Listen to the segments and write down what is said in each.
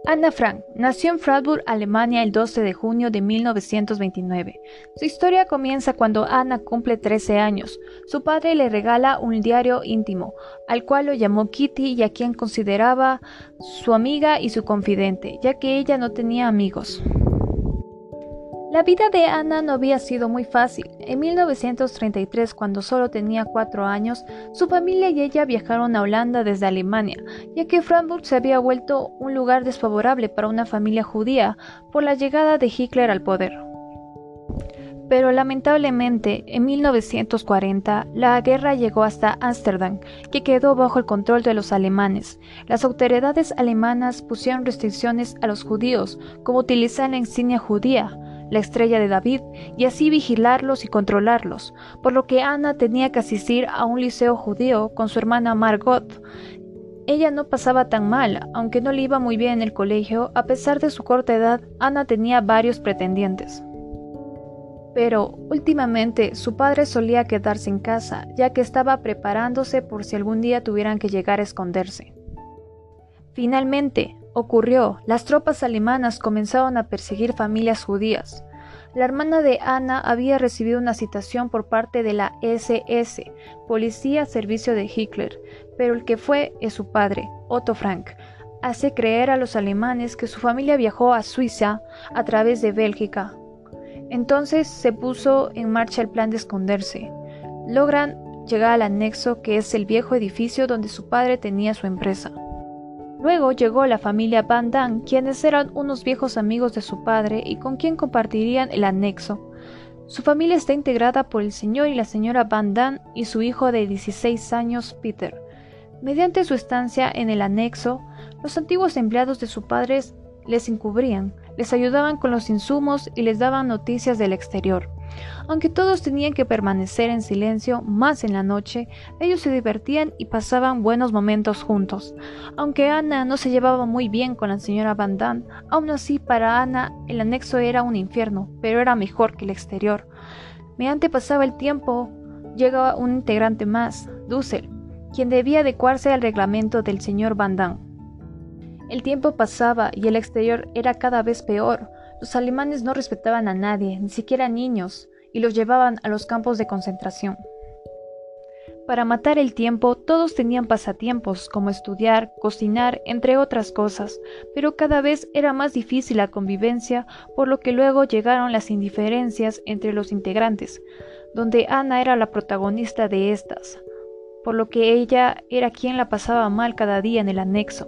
Anna Frank nació en Freiburg, Alemania, el 12 de junio de 1929. Su historia comienza cuando Anna cumple 13 años. Su padre le regala un diario íntimo, al cual lo llamó Kitty y a quien consideraba su amiga y su confidente, ya que ella no tenía amigos. La vida de Anna no había sido muy fácil. En 1933, cuando solo tenía 4 años, su familia y ella viajaron a Holanda desde Alemania, ya que Freiburg se había vuelto un lugar desfavorable para una familia judía por la llegada de Hitler al poder. Pero lamentablemente, en 1940, la guerra llegó hasta Ámsterdam, que quedó bajo el control de los alemanes. Las autoridades alemanas pusieron restricciones a los judíos, como utilizar la insignia judía, la estrella de David, y así vigilarlos y controlarlos, por lo que Anna tenía que asistir a un liceo judío con su hermana Margot. Ella no pasaba tan mal, aunque no le iba muy bien en el colegio. A pesar de su corta edad, Anna tenía varios pretendientes. Pero, últimamente, su padre solía quedarse en casa, ya que estaba preparándose por si algún día tuvieran que llegar a esconderse. Finalmente, ocurrió. Las tropas alemanas comenzaron a perseguir familias judías. La hermana de Anna había recibido una citación por parte de la SS, Policía a Servicio de Hitler, pero el que fue es su padre, Otto Frank. Hace creer a los alemanes que su familia viajó a Suiza a través de Bélgica. Entonces se puso en marcha el plan de esconderse. Logran llegar al anexo, que es el viejo edificio donde su padre tenía su empresa. Luego llegó la familia Van Damme, quienes eran unos viejos amigos de su padre y con quien compartirían el anexo. Su familia está integrada por el señor y la señora Van Damme y su hijo de 16 años, Peter. Mediante su estancia en el anexo, los antiguos empleados de su padre les encubrían, les ayudaban con los insumos y les daban noticias del exterior. Aunque todos tenían que permanecer en silencio, más en la noche, ellos se divertían y pasaban buenos momentos juntos. Aunque Anna no se llevaba muy bien con la señora Van Damme, aún así para Anna el anexo era un infierno, pero era mejor que el exterior. Mediante pasaba el tiempo, llegaba un integrante más, Dussel, quien debía adecuarse al reglamento del señor Van Damme. El tiempo pasaba y el exterior era cada vez peor. Los alemanes no respetaban a nadie, ni siquiera a niños, y los llevaban a los campos de concentración. Para matar el tiempo, todos tenían pasatiempos, como estudiar, cocinar, entre otras cosas, pero cada vez era más difícil la convivencia, por lo que luego llegaron las indiferencias entre los integrantes, donde Anna era la protagonista de estas, por lo que ella era quien la pasaba mal cada día en el anexo.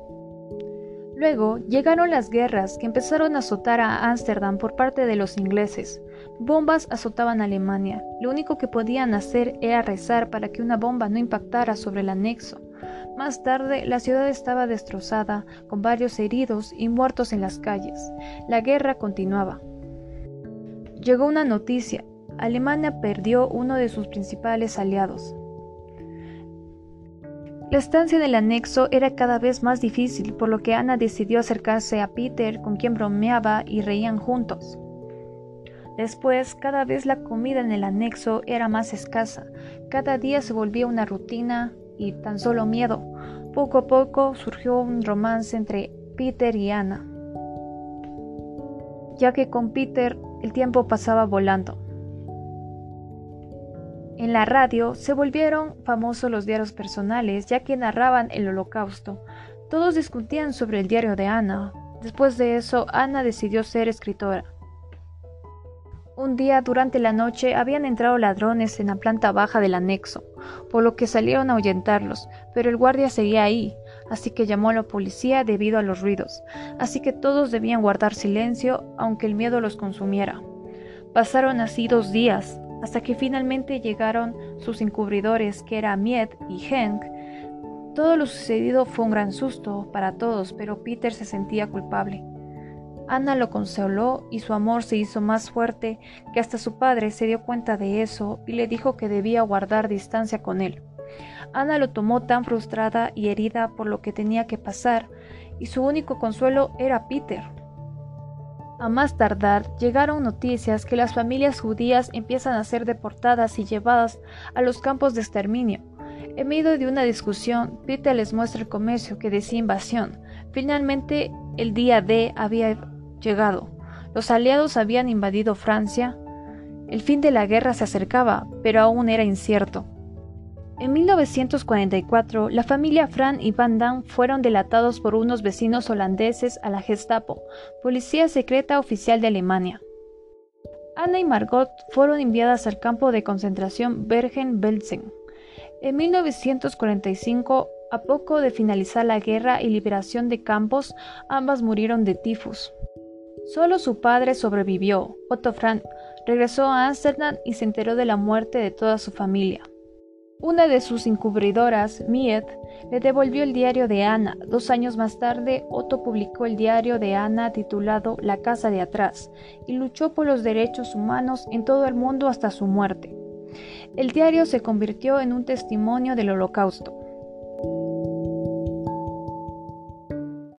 Luego llegaron las guerras, que empezaron a azotar a Ámsterdam por parte de los ingleses. Bombas azotaban a Alemania. Lo único que podían hacer era rezar para que una bomba no impactara sobre el anexo. Más tarde, la ciudad estaba destrozada, con varios heridos y muertos en las calles. La guerra continuaba. Llegó una noticia. Alemania perdió uno de sus principales aliados. La estancia en el anexo era cada vez más difícil, por lo que Anna decidió acercarse a Peter, con quien bromeaba y reían juntos. Después, cada vez la comida en el anexo era más escasa. Cada día se volvía una rutina y tan solo miedo. Poco a poco surgió un romance entre Peter y Anna, ya que con Peter el tiempo pasaba volando. En la radio se volvieron famosos los diarios personales, ya que narraban el Holocausto. Todos discutían sobre el diario de Anna. Después de eso, Anna decidió ser escritora. Un día durante la noche habían entrado ladrones en la planta baja del anexo, por lo que salieron a ahuyentarlos, pero el guardia seguía ahí, así que llamó a la policía debido a los ruidos, así que todos debían guardar silencio, aunque el miedo los consumiera. Pasaron así 2 días, hasta que finalmente llegaron sus encubridores, que eran Miet y Henk. Todo lo sucedido fue un gran susto para todos, pero Peter se sentía culpable. Anna lo consoló y su amor se hizo más fuerte, que hasta su padre se dio cuenta de eso y le dijo que debía guardar distancia con él. Anna lo tomó tan frustrada y herida por lo que tenía que pasar, y su único consuelo era Peter. A más tardar, llegaron noticias que las familias judías empiezan a ser deportadas y llevadas a los campos de exterminio. En medio de una discusión, Peter les muestra el comercio que decía invasión. Finalmente, El día D había llegado. Los aliados habían invadido Francia. El fin de la guerra se acercaba, pero aún era incierto. En 1944, la familia Fran y Van Damme fueron delatados por unos vecinos holandeses a la Gestapo, policía secreta oficial de Alemania. Anna y Margot fueron enviadas al campo de concentración Bergen-Belsen. En 1945, a poco de finalizar la guerra y liberación de campos, ambas murieron de tifus. Solo su padre sobrevivió. Otto Frank regresó a Ámsterdam y se enteró de la muerte de toda su familia. Una de sus encubridoras, Miet, le devolvió el diario de Anna. 2 años más tarde, Otto publicó el diario de Anna titulado La casa de atrás y luchó por los derechos humanos en todo el mundo hasta su muerte. El diario se convirtió en un testimonio del Holocausto.